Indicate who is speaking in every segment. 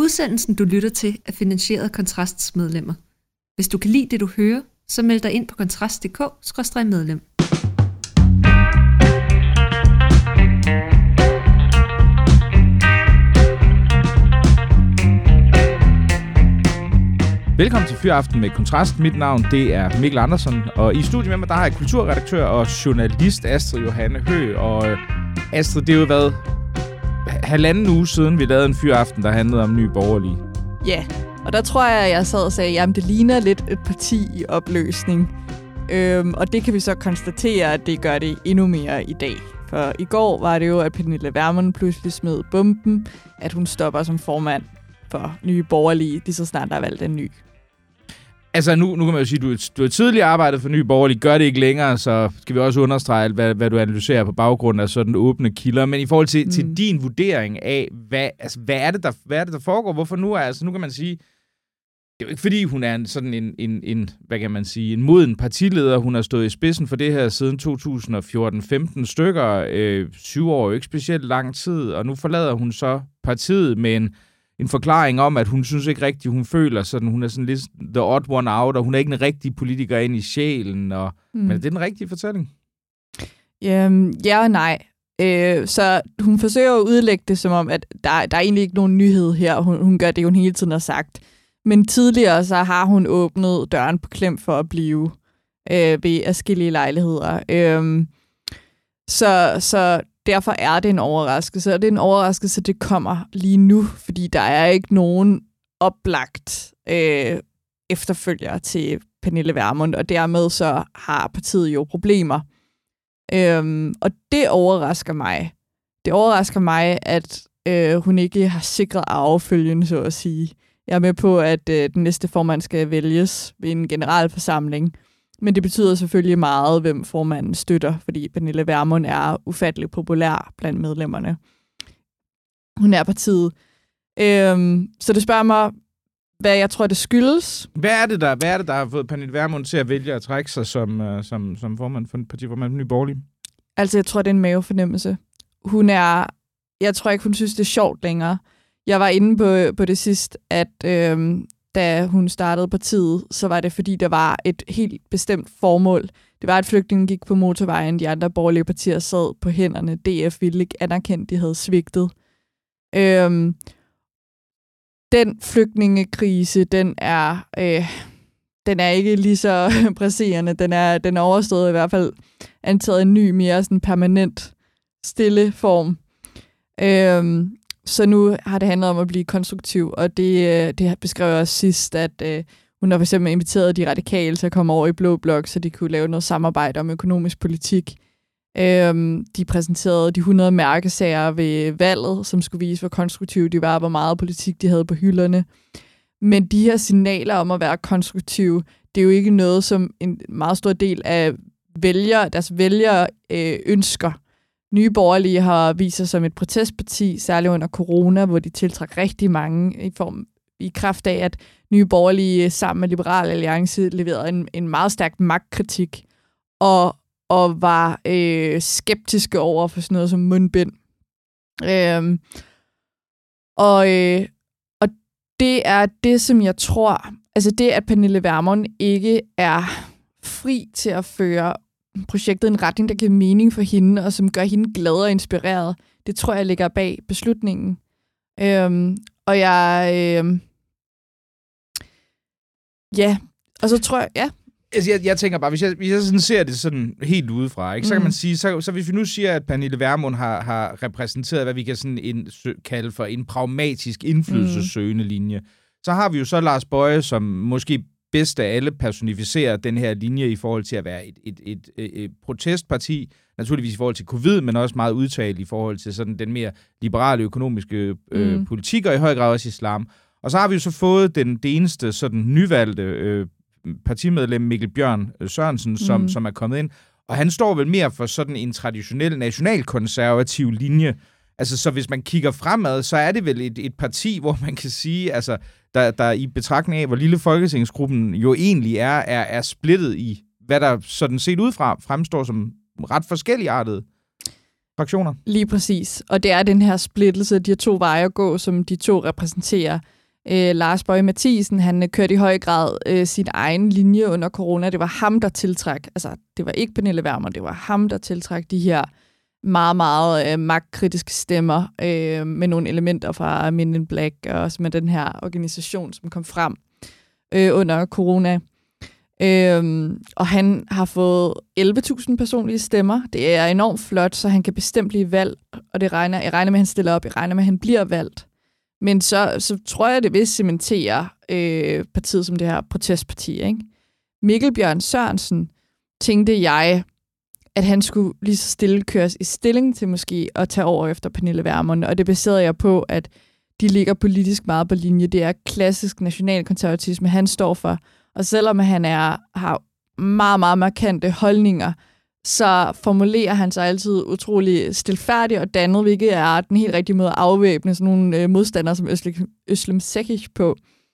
Speaker 1: Udsendelsen, du lytter til, er finansieret af Kontrasts medlemmer. Hvis du kan lide det, du hører, så meld dig ind på kontrast.dk/medlem.
Speaker 2: Velkommen til Fyraften med Kontrast. Mit navn, det er Mikkel Andersen, og i studiet med mig, der har jeg kulturredaktør og journalist Astrid Johanne Høgh. Og Astrid, det er jo været 1,5 uge siden, vi lavede en Fyraften, der handlede om Nye Borgerlige.
Speaker 3: Ja, og der tror jeg sad og sagde, jamen det ligner lidt et parti i opløsning. Og det kan vi så konstatere, at det gør det endnu mere i dag. For i går var det jo, at Pernille Vermund pludselig smed bomben, at hun stopper som formand for Nye Borgerlige, lige så snart der er valgt en ny.
Speaker 2: Altså nu kan man jo sige, at du har tidligere arbejdet for Nye Borgerlige, gør det ikke længere, så skal vi også understrege, hvad du analyserer på baggrund af sådan åbne kilder. Men i forhold til din vurdering af, hvad er det, der foregår? Hvorfor nu? Altså nu kan man sige, det er jo ikke fordi, hun er sådan en hvad kan man sige, en moden partileder. Hun har stået i spidsen for det her siden 2014-15 stykker. 7 år er jo ikke specielt lang tid, og nu forlader hun så partiet med en forklaring om, at hun synes ikke rigtigt, hun føler sådan, hun er sådan lidt the odd one out, og hun er ikke en rigtig politiker ind i sjælen. Men er det den rigtige fortælling?
Speaker 3: Ja og nej. Så hun forsøger at udlægge det som om, at der er egentlig ikke nogen nyhed her. Hun gør det, hun hele tiden har sagt. Men tidligere så har hun åbnet døren på klem for at blive ved adskillige lejligheder. Så derfor er det en overraskelse, og det er en overraskelse, det kommer lige nu, fordi der er ikke nogen oplagt efterfølger til Pernille Vermund, og dermed så har partiet jo problemer. Og det overrasker mig. Det overrasker mig, at hun ikke har sikret arvefølgen, så at sige. Jeg er med på, at den næste formand skal vælges ved en generalforsamling. Men det betyder selvfølgelig meget, hvem formanden støtter, fordi Pernille Vermund er ufattelig populær blandt medlemmerne. Hun er partiet. Så det spørger mig, hvad jeg tror, det skyldes.
Speaker 2: Hvad er det, der har fået Pernille Vermund til at vælge at trække sig som formand for partiformand for Nye Borgerlige?
Speaker 3: Altså, jeg tror, det er en mavefornemmelse. Jeg tror ikke, hun synes, det er sjovt længere. Jeg var inde på det sidst, at da hun startede partiet, så var det, fordi der var et helt bestemt formål. Det var, at flygtningen gik på motorvejen, de andre borgerlige partier sad på hænderne. DF ville ikke anerkende, de havde svigtet. Den flygtningekrise, den er ikke lige så presserende. Den er overstået i hvert fald antaget en ny, mere sådan permanent stille form. Så nu har det handlet om at blive konstruktiv, og det beskrev jeg også sidst, at hun har for eksempel inviteret de radikale til at komme over i Blå Blok, så de kunne lave noget samarbejde om økonomisk politik. De præsenterede de 100 mærkesager ved valget, som skulle vise, hvor konstruktive de var, hvor meget politik de havde på hylderne. Men de her signaler om at være konstruktive, det er jo ikke noget, som en meget stor del af deres vælgere ønsker. Nye Borgerlige har vist sig som et protestparti, særligt under corona, hvor de tiltrak rigtig mange i kraft af, at Nye Borgerlige sammen med Liberal Alliance leverede en meget stærk magtkritik og var skeptiske over for sådan noget som mundbind. Og det er det, som jeg tror, altså det, at Pernille Vermund ikke er fri til at føre projektet i en retning, der giver mening for hende, og som gør hende glad og inspireret. Det tror jeg ligger bag beslutningen. Og og så tror jeg,
Speaker 2: Altså, jeg tænker bare, hvis jeg sådan ser det sådan helt udefra, ikke, så kan man sige, så hvis vi nu siger, at Pernille Vermund har repræsenteret, hvad vi kan sådan kalde for en pragmatisk indflydelsessøgende linje, så har vi jo så Lars Boje, som måske bedst af alle personificerer den her linje i forhold til at være et protestparti, naturligvis i forhold til covid, men også meget udtalt i forhold til sådan den mere liberale økonomiske politik, og i høj grad også islam. Og så har vi jo så fået det eneste sådan nyvalgte partimedlem Mikkel Bjørn Sørensen, som er kommet ind, og han står vel mere for sådan en traditionel nationalkonservativ linje. Altså, så hvis man kigger fremad, så er det vel et parti, hvor man kan sige, altså, der i betragtning af, hvor lille folketingsgruppen jo egentlig er splittet i, hvad der sådan set udefra fremstår som ret forskelligartede fraktioner.
Speaker 3: Lige præcis. Og det er den her splittelse, de her to veje at gå, som de to repræsenterer. Lars Boje Mathiesen, han kørte i høj grad sin egen linje under corona. Det var ham, der tiltræk. Altså, det var ikke Pernille Vermund, det var ham, der tiltræk de her meget, meget magtkritiske stemmer med nogle elementer fra Men in Black, og også med den her organisation, som kom frem under corona. Og han har fået 11.000 personlige stemmer. Det er enormt flot, så han kan bestemt blive valgt, og jeg regner med, at han stiller op. Jeg regner med, at han bliver valgt. Men så tror jeg, det vil cementere partiet som det her protestparti. Ikke? Mikkel Bjørn Sørensen tænkte jeg, at han skulle lige så stille køres i stilling til måske at tage over efter Pernille Vermund. Og det baserede jeg på, at de ligger politisk meget på linje. Det er klassisk nationalkonservatisme, han står for. Og selvom han har meget, meget markante holdninger, så formulerer han sig altid utrolig stilfærdigt og dannet, hvilket er den helt rigtige måde at afvæbne sådan nogle modstandere som Özlem Cekic på.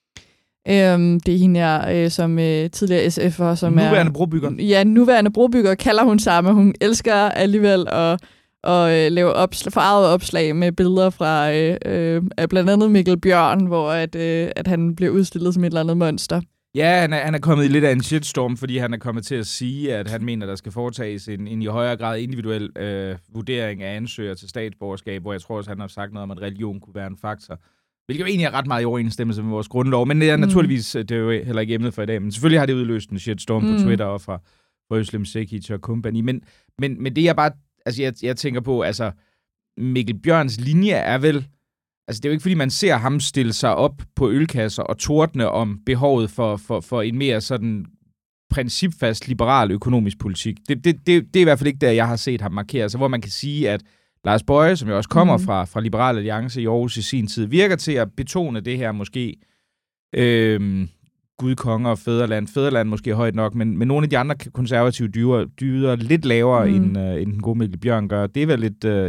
Speaker 3: Det er hende her, som tidligere SF'er, som
Speaker 2: nuværende brobygger.
Speaker 3: Ja, nuværende brobygger kalder hun samme. Hun elsker alligevel at lave forarvet opslag med billeder fra af blandt andet Mikkel Bjørn, hvor at han bliver udstillet som et eller andet monster.
Speaker 2: Ja, han er kommet i lidt af en shitstorm, fordi han er kommet til at sige, at han mener, der skal foretages en i højere grad individuel vurdering af ansøger til statsborgerskab, hvor jeg tror også, han har sagt noget om, at religion kunne være en faktor. Hvilket jo egentlig er ret meget i overensstemmelse med vores grundlov, men det er naturligvis, det er jo heller ikke emnet for i dag, men selvfølgelig har det udløst en shitstorm på Twitter og fra Özlem Cekic og company. Men det jeg bare, altså jeg tænker på, altså Mikkel Bjørns linje er vel, altså det er jo ikke fordi man ser ham stille sig op på ølkasser og tordne om behovet for en mere sådan principfast liberal økonomisk politik. Det er i hvert fald ikke der, jeg har set ham markere, så hvor man kan sige, at Lars Boje, som jo også kommer fra Liberal Alliance i Aarhus i sin tid, virker til at betone det her måske Gud, konger og fædreland. Fædreland måske højt nok, men nogle af de andre konservative dyder lidt lavere, end den gode Mikkel Bjørn gør. Det er vel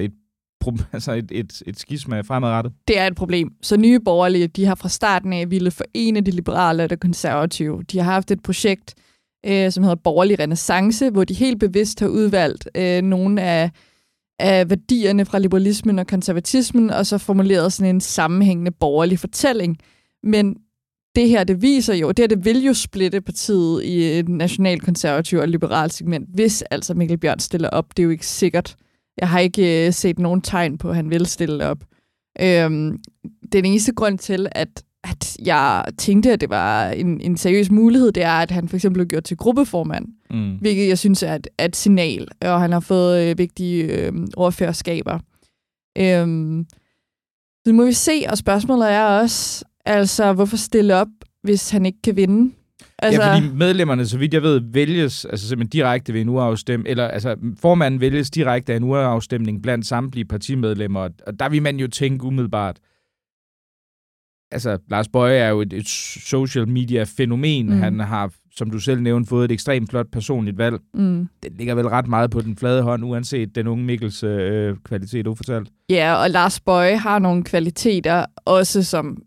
Speaker 2: et skisma fremadrettet.
Speaker 3: Det er et problem. Så Nye Borgerlige, de har fra starten af ville forene de liberale og de konservative. De har haft et projekt, som hedder Borgerlig Renaissance, hvor de helt bevidst har udvalgt nogle af værdierne fra liberalismen og konservatismen, og så formuleret sådan en sammenhængende borgerlig fortælling. Men det her, det viser jo, det vil jo splitte partiet i et nationalkonservativ og liberalt segment, hvis altså Mikkel Bjørn stiller op. Det er jo ikke sikkert. Jeg har ikke set nogen tegn på, at han vil stille op. Den eneste grund til, at jeg tænkte, at det var en seriøs mulighed, det er, at han for eksempel blev gjort til gruppeformand, hvilket jeg synes er et signal, og han har fået vigtige ordførerskaber. Så må vi se, og spørgsmålet er også, altså, hvorfor stille op, hvis han ikke kan vinde? Altså,
Speaker 2: ja, fordi medlemmerne, så vidt jeg ved, vælges altså simpelthen direkte ved en urafstemning, eller altså formanden vælges direkte af en urafstemning blandt samtlige partimedlemmer, og der vil man jo tænke umiddelbart, altså Lars Boje er jo et social media fænomen. Han har, som du selv nævnte, fået et ekstremt flot personligt valg. Det ligger vel ret meget på den flade hånd, uanset den unge Mikkels kvalitet ufortalt.
Speaker 3: Ja, og Lars Boje har nogle kvaliteter, også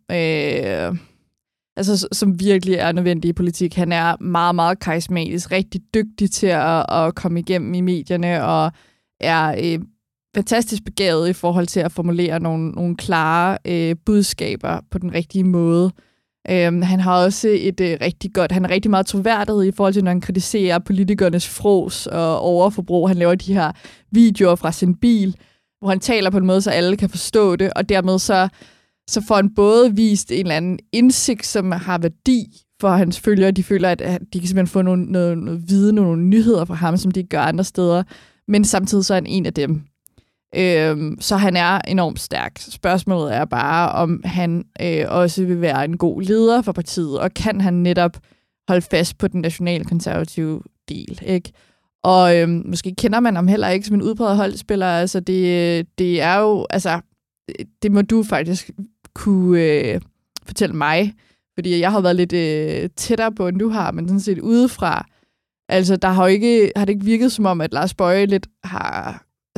Speaker 3: som virkelig er nødvendige i politik. Han er meget, meget karismatisk, rigtig dygtig til at komme igennem i medierne, og er fantastisk begavet i forhold til at formulere nogle klare budskaber på den rigtige måde. Han har også han er rigtig meget troværdighed i forhold til, når han kritiserer politikernes frås og overforbrug. Han laver de her videoer fra sin bil, hvor han taler på en måde, så alle kan forstå det, og dermed så får han både vist en eller anden indsigt, som har værdi for hans følgere. De føler, at de kan simpelthen få noget viden, nogle nyheder fra ham, som de ikke gør andre steder, men samtidig så er han en af dem. Så han er enormt stærk. Spørgsmålet er bare, om han også vil være en god leder for partiet, og kan han netop holde fast på den nationalkonservative del, ikke? Og måske kender man ham heller ikke som en udpræget holdspiller. Altså det er jo, altså det må du faktisk kunne fortælle mig, fordi jeg har været lidt tættere på, end du har, men sådan set udefra. Altså har det ikke virket som om, at Lars Boje lidt har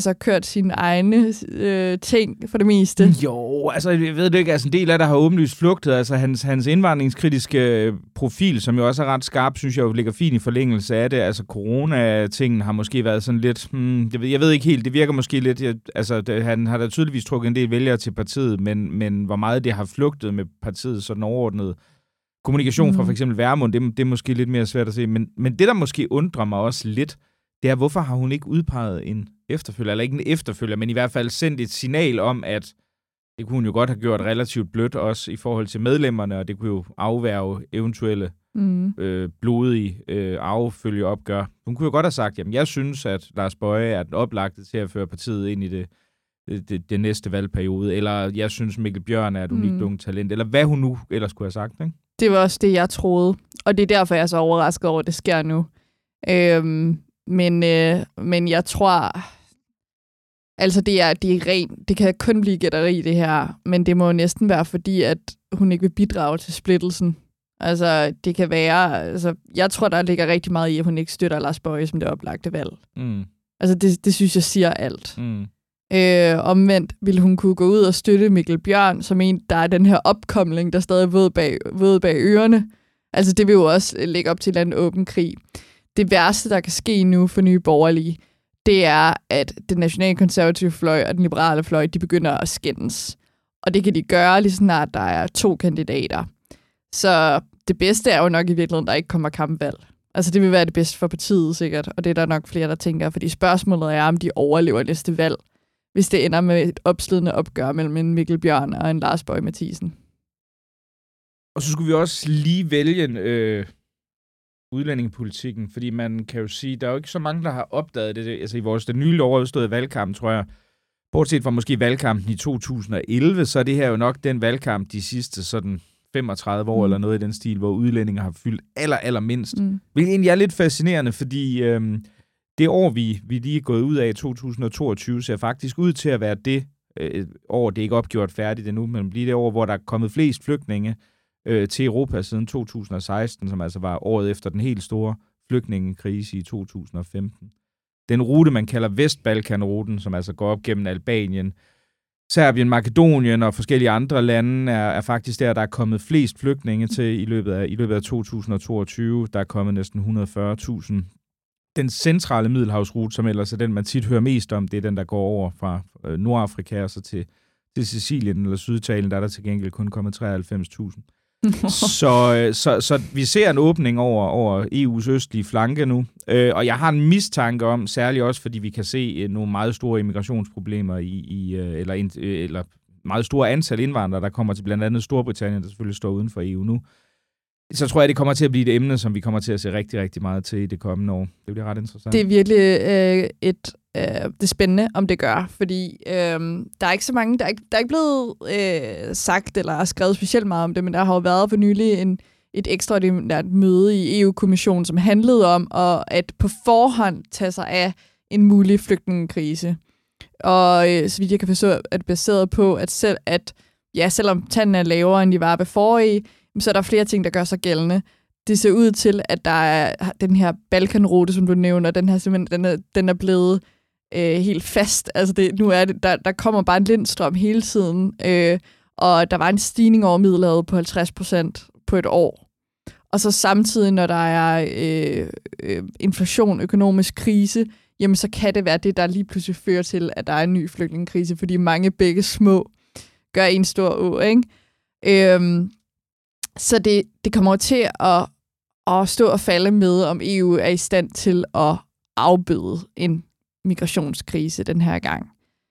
Speaker 3: kørt sine egne ting for det meste.
Speaker 2: Jo, altså jeg ved det ikke, altså en del af der har åbenlyst flugtet, altså hans indvandringskritiske profil, som jo også er ret skarp, synes jeg jo ligger fint i forlængelse af det, altså corona-tingen har måske været sådan lidt, jeg ved ikke helt, det virker måske lidt, han har da tydeligvis trukket en del vælgere til partiet, men hvor meget det har flugtet med partiet sådan overordnet kommunikation fra for eksempel Vermund, det er måske lidt mere svært at se, men det der måske undrer mig også lidt, det er, hvorfor har hun ikke udpeget en efterfølger, eller ikke en efterfølger, men i hvert fald sendt et signal om, at det kunne hun jo godt have gjort relativt blødt også i forhold til medlemmerne, og det kunne jo afværge eventuelle blodige arvefølgeopgør. Hun kunne jo godt have sagt, jamen jeg synes, at Lars Boje er den oplagte til at føre partiet ind i det næste valgperiode, eller jeg synes, Mikkel Bjørn er et unikt ungt talent, eller hvad hun nu ellers kunne have sagt, ikke?
Speaker 3: Det var også det, jeg troede, og det er derfor, jeg er så overrasket over, at det sker nu. Men jeg tror, altså det er rent, det kan kun blive gætteri det her, men det må jo næsten være fordi, at hun ikke vil bidrage til splittelsen. Altså det kan være, altså jeg tror, der ligger rigtig meget i, at hun ikke støtter Lars Boje som det oplagte valg. Altså det synes jeg siger alt. Omvendt ville hun kunne gå ud og støtte Mikkel Bjørn, som en, der er den her opkomling, der stadig er våd bag ørerne. Altså det vil jo også lægge op til en åben krig. Det værste, der kan ske nu for Nye Borgerlige, det er, at den nationalkonservative fløj og den liberale fløj, de begynder at skændes. Og det kan de gøre lige snart, der er 2 kandidater. Så det bedste er jo nok i virkeligheden, der ikke kommer kampvalg. Altså det vil være det bedste for partiet sikkert, og det er der nok flere, der tænker, fordi spørgsmålet er, om de overlever næste valg, hvis det ender med et opslidende opgør mellem en Mikkel Bjørn og en Lars Boje Mathiesen.
Speaker 2: Og så skulle vi også lige vælge udlændingepolitikken, fordi man kan jo sige, der er jo ikke så mange, der har opdaget det. Altså i den nylige overståede valgkamp, tror jeg, bortset fra måske valgkampen i 2011, så er det her jo nok den valgkamp de sidste sådan 35 år eller noget i den stil, hvor udlændinge har fyldt allermindst. Hvilket egentlig er lidt fascinerende, fordi det år, vi lige er gået ud af, 2022, ser faktisk ud til at være det år, det er ikke opgjort færdigt endnu, men bliver det år, hvor der er kommet flest flygtninge til Europa siden 2016, som altså var året efter den helt store flygtningekrise i 2015. Den rute, man kalder Vestbalkanruten, som altså går op gennem Albanien, Serbien, Makedonien og forskellige andre lande, er faktisk der er kommet flest flygtninge til i løbet af 2022. Der er kommet næsten 140.000. Den centrale Middelhavsrute, som ellers er den, man tit hører mest om, det er den, der går over fra Nordafrika og så til Sicilien eller Syditalien, der er der til gengæld kun kommet 93.000. Så vi ser en åbning over EU's østlige flanke nu, og jeg har en mistanke om, særligt også fordi vi kan se nogle meget store immigrationsproblemer eller meget store antal indvandrere, der kommer til blandt andet Storbritannien, der selvfølgelig står uden for EU nu. Så tror jeg, det kommer til at blive et emne, som vi kommer til at se rigtig, rigtig meget til i det kommende år. Det bliver ret interessant.
Speaker 3: Det er virkelig det er spændende, om det gør, fordi der er ikke så mange, der er ikke blevet sagt eller skrevet specielt meget om det, men der har jo været for nylig et ekstraordinært møde i EU-kommissionen, som handlede om at på forhånd tage sig af en mulig flygtningekrise. Og så vidt jeg kan forstå, at det er baseret på, at selvom tallene er lavere, end de var ved forrige, så er der flere ting, der gør sig gældende. Det ser ud til, at der er den her Balkanrute, som du nævner, den her simpelthen, den er blevet helt fast. Altså nu er det, der kommer bare en lindstrøm hele tiden, og der var en stigning over Middelhavet på 50% på et år. Og så samtidig, når der er inflation, økonomisk krise, jamen så kan det være det, der lige pludselig fører til, at der er en ny flygtningekrise, fordi mange begge små gør en stor å, ikke? Så det kommer til at stå og falde med, om EU er i stand til at afbøde en migrationskrise den her gang.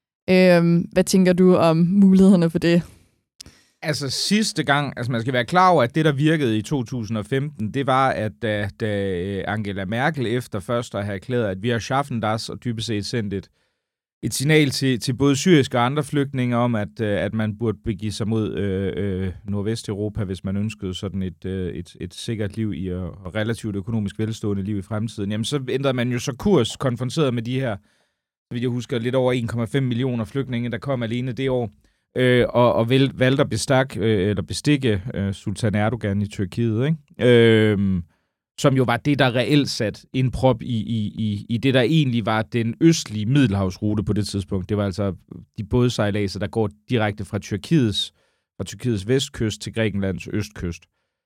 Speaker 3: Hvad tænker du om mulighederne for det?
Speaker 2: Altså sidste gang, altså man skal være klar over, at det, der virkede i 2015, det var, at da Angela Merkel efter først at have erklæret, at vi har schaffen das, og dybest set sendt et signal til både syriske og andre flygtninge om, at man burde begive sig mod Nordvesteuropa, hvis man ønskede sådan et sikkert liv og relativt økonomisk velstående liv i fremtiden. Jamen så ændrede man jo så kurs, konfronteret med de her, så vidt jeg husker, lidt over 1,5 millioner flygtninge, der kom alene det år, og valgte at bestikke Sultan Erdogan i Tyrkiet, ikke? som jo var det, der reelt sat en prop i det, der egentlig var den østlige middelhavsrute på det tidspunkt. Det var altså de bådsejladser, der går direkte fra Tyrkiets vestkyst til Grækenlands østkyst.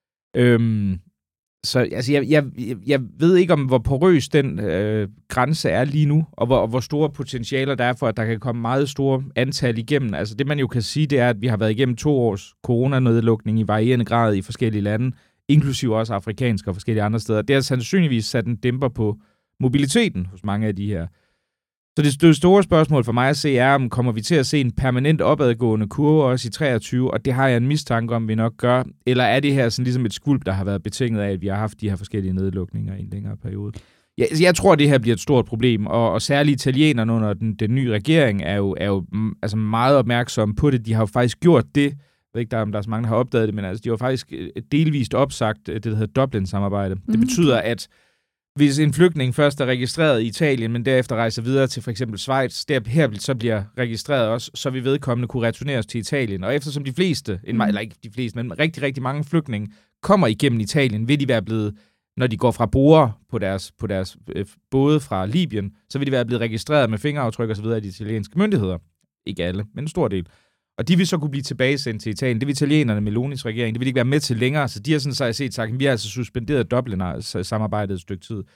Speaker 2: Så altså, jeg ved ikke, hvor porøs den grænse er lige nu, og hvor store potentialer der er for, at der kan komme meget store antal igennem. Altså det, man jo kan sige, det er, at vi har været igennem 2 års coronanedlukning i varierende grad i forskellige lande, inklusive også afrikanske og forskellige andre steder. Det har sandsynligvis sat en dæmper på mobiliteten hos mange af de her. Så det store spørgsmål for mig at se er, om kommer vi til at se en permanent opadgående kurve også i 23, og det har jeg en mistanke om, vi nok gør, eller er det her sådan ligesom et skvulp, der har været betinget af, at vi har haft de her forskellige nedlukninger i en længere periode? Jeg tror, det her bliver et stort problem, og særligt italienerne under den nye regering er jo altså meget opmærksomme på det. De har jo faktisk gjort det. Jeg ved ikke, om der er så mange, der har opdaget det, men altså, de har faktisk delvist opsagt det, der hedder Dublin-samarbejde. Det betyder, at hvis en flygtning først er registreret i Italien, men derefter rejser videre til for eksempel Schweiz, her så bliver registreret også, så vi vedkommende kunne returneres til Italien. Og eftersom de fleste, eller ikke de fleste, men rigtig, rigtig mange flygtninge kommer igennem Italien, vil de være blevet, når de går fra borde på deres både fra Libyen, så vil de være blevet registreret med fingeraftryk og så videre af de italienske myndigheder. Ikke alle, men en stor del. Og de vil så kunne blive tilbagesendt til Italien. Det vil italienerne med Melonis regering. Det vil de ikke være med til længere. Så de har sådan sagt, at vi har altså suspenderet Dublin-samarbejdet et stykke tid.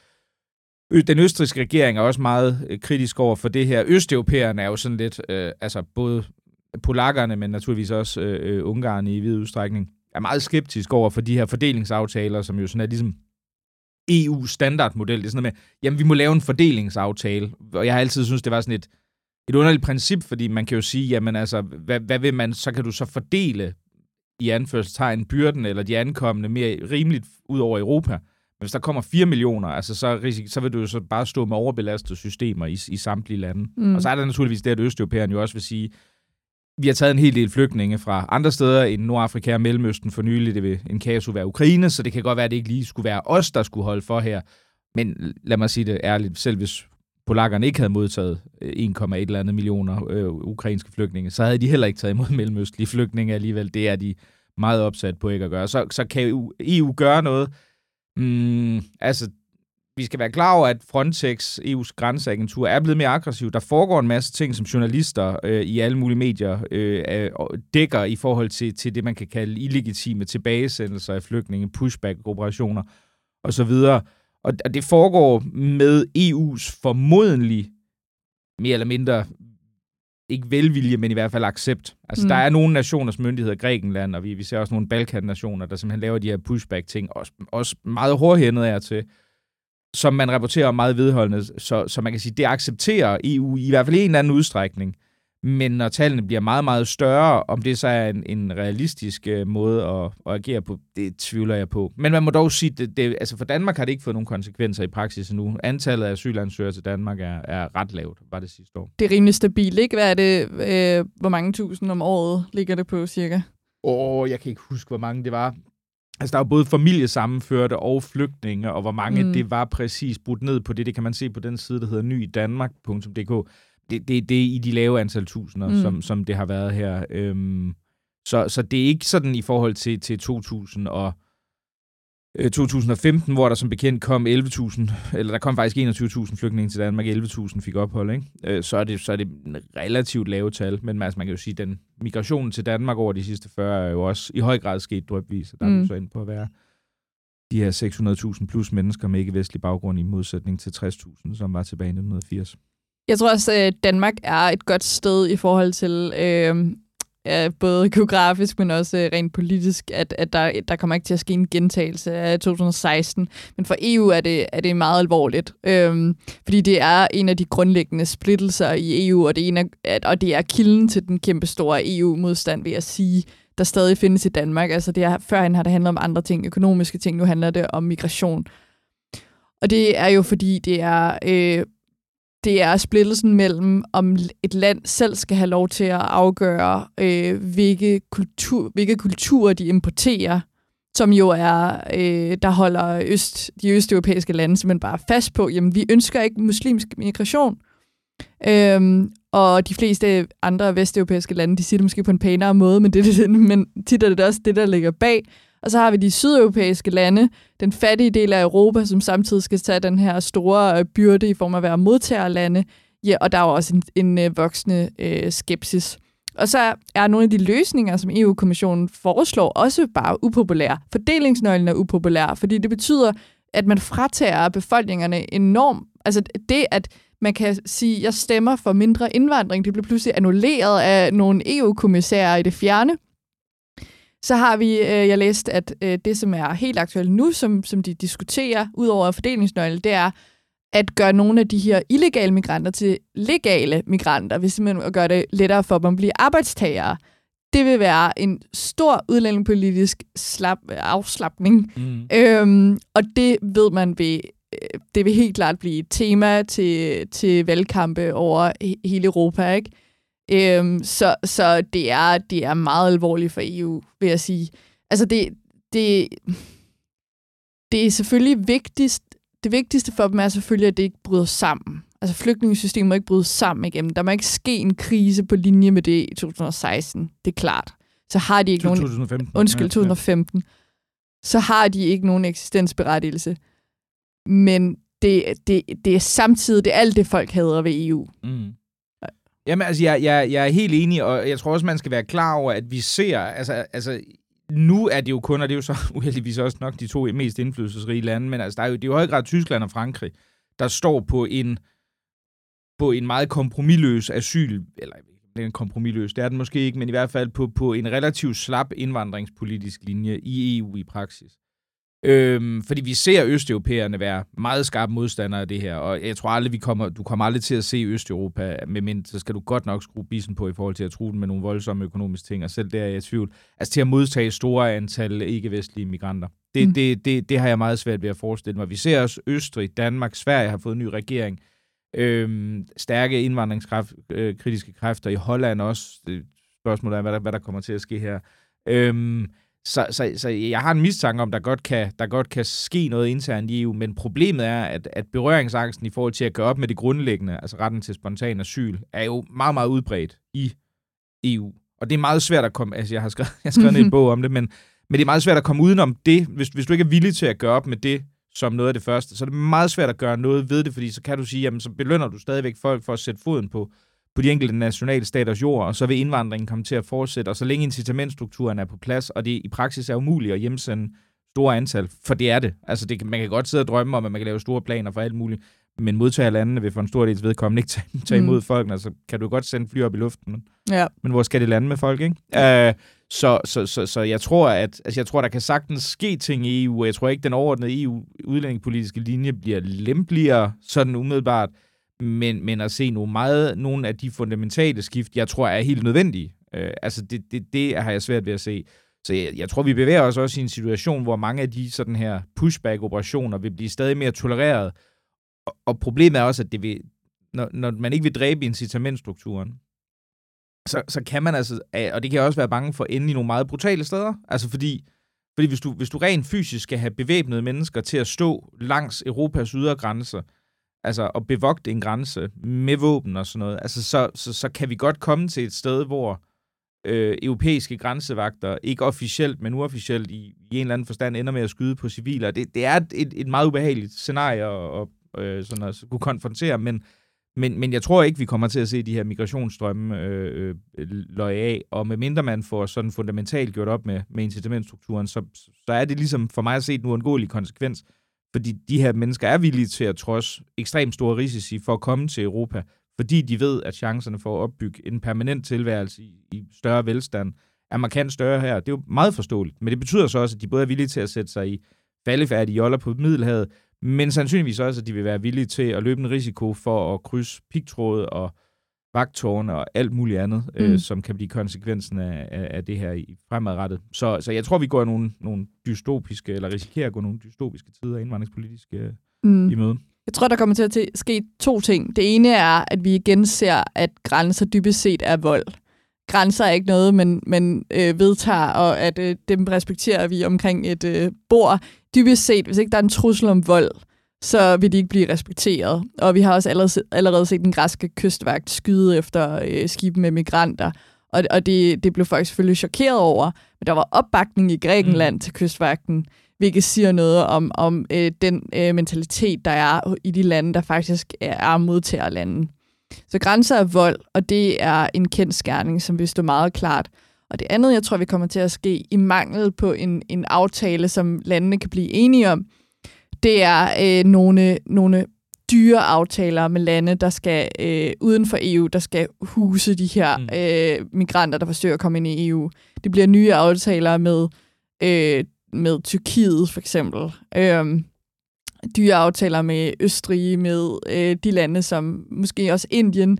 Speaker 2: Den østrigske regering er også meget kritisk over for det her. Østeuropæerne er jo sådan lidt, altså både polakkerne, men naturligvis også ungarerne i vid udstrækning, er meget skeptisk over for de her fordelingsaftaler, som jo sådan er ligesom EU-standardmodel. Det er sådan noget med, jamen vi må lave en fordelingsaftale. Og jeg har altid synes det var sådan et underligt princip, fordi man kan jo sige, jamen altså, hvad vil man, så kan du så fordele i anførselstegn byrden eller de ankommende mere rimeligt ud over Europa. Men hvis der kommer 4 millioner, altså så vil du jo så bare stå med overbelastede systemer i samtlige lande. Og så er der naturligvis det, at østeuropæerne jo også vil sige, vi har taget en hel del flygtninge fra andre steder end Nordafrika og Mellemøsten for nylig. Det vil en kasus være Ukraine, så det kan godt være, at det ikke lige skulle være os, der skulle holde for her. Men lad mig sige det ærligt, selv hvis polakkerne ikke havde modtaget 1,1 millioner ukrainske flygtninge, så havde de heller ikke taget imod mellemøstlige flygtninge alligevel. Det er de meget opsat på ikke at gøre. Så kan EU gøre noget? Altså, vi skal være klar over, at Frontex, EU's grænseagentur, er blevet mere aggressiv. Der foregår en masse ting, som journalister i alle mulige medier dækker i forhold til det, man kan kalde illegitime tilbagesendelser af flygtninge, pushback-operationer osv., og det foregår med EU's formodentlig mere eller mindre, ikke velvilje, men i hvert fald accept. Altså, der er nogle nationers myndigheder, Grækenland, og vi ser også nogle Balkan-nationer, der simpelthen laver de her pushback-ting, også meget hårdhændet af til, som man rapporterer meget vedholdende, så man kan sige, det accepterer EU i hvert fald i en eller anden udstrækning. Men når tallene bliver meget, meget større, om det så er en realistisk måde at agere på, det tvivler jeg på. Men man må dog sige, altså for Danmark har det ikke fået nogen konsekvenser i praksis endnu. Antallet af asylansøgere til Danmark er ret lavt, var det sidste år.
Speaker 3: Det er rimelig stabilt, ikke? Hvad er det, hvor mange tusind om året ligger det på cirka?
Speaker 2: Jeg kan ikke huske, hvor mange det var. Altså, der er jo både familiesammenførte og flygtninge, og hvor mange det var præcis brudt ned på det. Det kan man se på den side, der hedder nydanmark.dk. Det er i de lave antal tusinder, som det har været her. Så det er ikke sådan i forhold til 2015, hvor der som bekendt kom 11.000, eller der kom faktisk 21.000 flygtninge til Danmark, 11.000 fik ophold, ikke? Så er det en relativt lave tal, men altså, man kan jo sige, at den migrationen til Danmark over de sidste 40 er jo også i høj grad sket drypvis, og der er vi så inde på at være de her 600.000 plus mennesker med ikke-vestlig baggrund i modsætning til 60.000, som var tilbage i 1980.
Speaker 3: Jeg tror også, at Danmark er et godt sted i forhold til både geografisk, men også rent politisk, at der kommer ikke til at ske en gentagelse af 2016. Men for EU er det meget alvorligt, fordi det er en af de grundlæggende splittelser i EU, og det er kilden til den kæmpe store EU-modstand, vil jeg sige, der stadig findes i Danmark. Altså førhen har det handlet om andre ting, økonomiske ting, nu handler det om migration. Og det er jo fordi, det er splittelsen mellem, om et land selv skal have lov til at afgøre, hvilke kulturer de importerer, som jo er, der holder de østeuropæiske lande simpelthen bare fast på, jamen vi ønsker ikke muslimsk migration. Og de fleste andre vesteuropæiske lande, de siger det måske på en pænere måde, men tit er det også det, der ligger bag. Og så har vi de sydeuropæiske lande, den fattige del af Europa, som samtidig skal tage den her store byrde i form af at være modtagerlande. Ja, og der er jo også en voksende skepsis. Og så er nogle af de løsninger, som EU-kommissionen foreslår, også bare upopulære. Fordelingsnøglen er upopulær, fordi det betyder, at man fratager befolkningerne enormt. Altså det, at man kan sige, at jeg stemmer for mindre indvandring, det bliver pludselig annulleret af nogle EU-kommissærer i det fjerne. Så har vi, jeg læste, at det, som er helt aktuelt nu, som de diskuterer, ud over fordelingsnøglen, det er at gøre nogle af de her illegale migranter til legale migranter, hvis simpelthen gør det lettere for dem at blive arbejdstagere. Det vil være en stor udlændingepolitisk afslapning. Og det ved man det vil helt klart blive et tema til valgkampe over hele Europa, ikke? Så det er meget alvorligt for EU, vil jeg sige. Altså det er selvfølgelig vigtigst. Det vigtigste for dem er selvfølgelig, at det ikke bryder sammen. Altså flygtningesystemet må ikke bryde sammen igen. Der må ikke ske en krise på linje med det i 2016. Det er klart. Så har de ikke
Speaker 2: 2015.
Speaker 3: 2015. Så har de ikke nogen eksistensberettigelse. Men det er samtidig det er alt det, folk hader ved EU.
Speaker 2: Mm. Jamen, altså, jeg er helt enig, og jeg tror også, man skal være klar over, at vi ser, altså nu er det jo kun, og det er jo så uheldigvis også nok de to mest indflydelsesrige lande, men altså, der er jo i høj grad Tyskland og Frankrig, der står på en meget kompromisløs asyl, eller en kompromisløs, det er den måske ikke, men i hvert fald på en relativt slap indvandringspolitisk linje i EU i praksis. Fordi vi ser østeuropæerne være meget skarpe modstandere af det her, og jeg tror aldrig, du kommer aldrig til at se Østeuropa, så skal du godt nok skrue bissen på i forhold til at true den med nogle voldsomme økonomiske ting, og selv der er jeg i tvivl. Altså til at modtage store antal ikke-vestlige migranter. Det har jeg meget svært ved at forestille mig. Vi ser også Østrig, Danmark, Sverige har fået en ny regering, stærke indvandringskritiske kræfter i Holland også. Spørgsmålet er, hvad der kommer til at ske her. Så jeg har en mistanke om, der godt kan ske noget internt i EU, men problemet er, at berøringsangsten i forhold til at gøre op med det grundlæggende, altså retten til spontan asyl, er jo meget, meget udbredt i EU. Og det er meget svært at komme, altså jeg har skrevet en bog om det, men det er meget svært at komme udenom det, hvis du ikke er villig til at gøre op med det som noget af det første, så er det meget svært at gøre noget ved det, fordi så kan du sige, jamen så belønner du stadigvæk folk for at sætte foden på de enkelte nationale staters jord, og så vil indvandringen komme til at fortsætte, og så længe incitamentstrukturen er på plads, og det i praksis er umuligt at hjemsende store antal, for det er det. Altså man kan godt sidde og drømme om, at man kan lave store planer for alt muligt, men modtagerlandene vil for en stor dels vedkommende ikke tage imod folkene, altså kan du godt sende fly op i luften, men hvor skal det lande med folk, ikke? Så jeg tror, der kan sagtens ske ting i EU, og jeg tror ikke, den overordnede EU-udlændingepolitiske linje bliver lempeligere, sådan umiddelbart, men at se nogle af de fundamentale skift, jeg tror er helt nødvendige. Det har jeg svært ved at se. Så jeg tror, vi bevæger os også i en situation, hvor mange af de sådan her pushback-operationer vil blive stadig mere tolereret. Og problemet er også, at det vil, når man ikke vil dræbe incitamentstrukturen, så kan man altså, og det kan også være bange for at ende i nogle meget brutale steder. Altså fordi hvis du rent fysisk skal have bevæbnede mennesker til at stå langs Europas ydre grænser, altså at bevogte en grænse med våben og sådan noget, altså så kan vi godt komme til et sted, hvor europæiske grænsevagter, ikke officielt, men uofficielt i en eller anden forstand, ender med at skyde på civile. Det er et meget ubehageligt scenarie sådan at kunne konfrontere, men jeg tror ikke, vi kommer til at se de her migrationsstrømme løje af, og medmindre man får sådan fundamentalt gjort op med incitamentstrukturen, så er det ligesom for mig at se en uundgåelig konsekvens, fordi de her mennesker er villige til at trodse ekstremt store risici for at komme til Europa, fordi de ved, at chancerne for at opbygge en permanent tilværelse i større velstand er markant større her. Det er jo meget forståeligt, men det betyder så også, at de både er villige til at sætte sig i faldefærdige joller på Middelhavet, men sandsynligvis også, at de vil være villige til at løbe en risiko for at krydse pigtråde og vagttårne og alt muligt andet, som kan blive konsekvensen af det her i fremadrettet. Så jeg tror, vi går nogle dystopiske, eller risikerer at gå nogle dystopiske tider indvandringspolitiske i møde.
Speaker 3: Jeg tror, der kommer til at ske to ting. Det ene er, at vi igen ser, at grænser dybest set er vold. Grænser er ikke noget, man vedtager, og at dem respekterer vi omkring et bord. Dybest set, hvis ikke der er en trussel om vold, så vil de ikke blive respekteret. Og vi har også allerede set den græske kystvagt skyde efter skibe med migranter. Og det blev folk selvfølgelig chokeret over. Men der var opbakning i Grækenland til kystvagten, hvilket siger noget om den mentalitet, der er i de lande, der faktisk er modtagerlande. Så grænser er vold, og det er en kendsgerning, som vil stå meget klart. Og det andet, jeg tror, vi kommer til at ske i mangel på en aftale, som landene kan blive enige om, det er nogle dyre aftaler med lande, der skal uden for EU, der skal huse de her migranter, der forsøger at komme ind i EU. Det bliver nye aftaler med Tyrkiet, for eksempel. Dyre aftaler med Østrig, med de lande, som måske også Indien.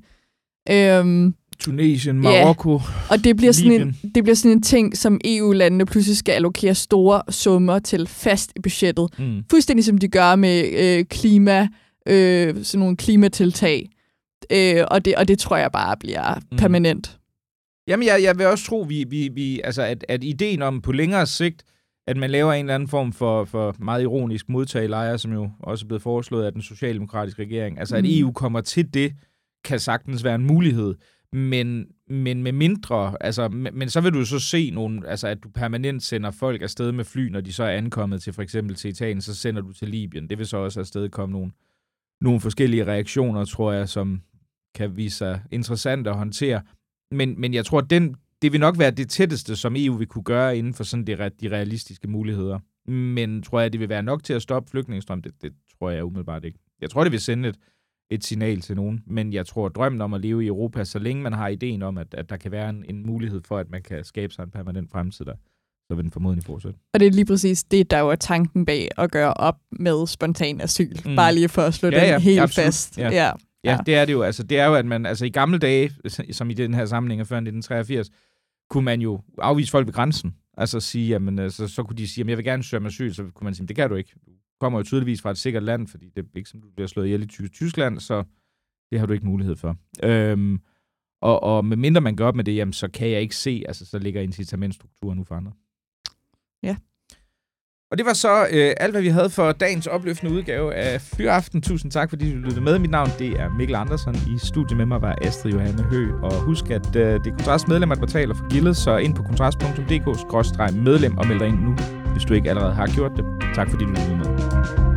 Speaker 2: Tunesien, Marokko,
Speaker 3: og det bliver sådan en ting, som EU-landene pludselig skal allokere store summer til fast i budgettet. Fuldstændig som de gør med sådan nogle klimatiltag. Og det tror jeg bare bliver permanent.
Speaker 2: Jamen, jeg vil også tro, altså, at ideen om på længere sigt, at man laver en eller anden form for meget ironisk modtagelejre, som jo også er blevet foreslået af den socialdemokratiske regering. Altså, at EU kommer til det, kan sagtens være en mulighed. Men med mindre, altså, men så vil du så se at du permanent sender folk afsted med fly, når de så er ankommet til for eksempel til Italien, så sender du til Libyen. Det vil så også afsted komme nogle forskellige reaktioner, tror jeg, som kan vise sig interessante at håndtere. Men jeg tror, det vil nok være det tætteste, som EU vil kunne gøre inden for sådan de realistiske muligheder. Men tror jeg, det vil være nok til at stoppe flygtningestrøm? Det tror jeg umiddelbart ikke. Jeg tror, det vil sende et signal til nogen, men jeg tror, drømmen om at leve i Europa, så længe man har ideen om, at der kan være en mulighed for, at man kan skabe sig en permanent fremtid der, så vil den formodentlig fortsætte.
Speaker 3: Og det er lige præcis det, der jo er tanken bag at gøre op med spontan asyl. Bare lige for at slå den helt absolut fast.
Speaker 2: Ja, det er det jo. Altså, det er jo, at man i gamle dage, som i den her sammenhæng før 1983, kunne man jo afvise folk ved grænsen. Altså sige, jamen, så kunne de sige, jamen, jeg vil gerne søge om asyl, så kunne man sige, det kan du ikke. Du kommer jo tydeligvis fra et sikkert land, fordi det er ikke som du bliver slået ihjel i Tyskland, så det har du ikke mulighed for. Og med mindre man gør op med det, jamen, så kan jeg ikke se, altså så ligger incitamentstrukturen nu forandret.
Speaker 3: Ja.
Speaker 2: Og det var så alt, hvad vi havde for dagens opløftende udgave af Fyraften. Tusind tak, fordi du lyttede med. Mit navn, det er Mikkel Andersen. I studiet med mig var Astrid Johanne Høgh. Og husk, at det er Kontrast medlemmer, der betaler for gildet, så ind på kontrast.dk/medlem og meld dig ind nu, hvis du ikke allerede har gjort det. Tak fordi du lyttede med.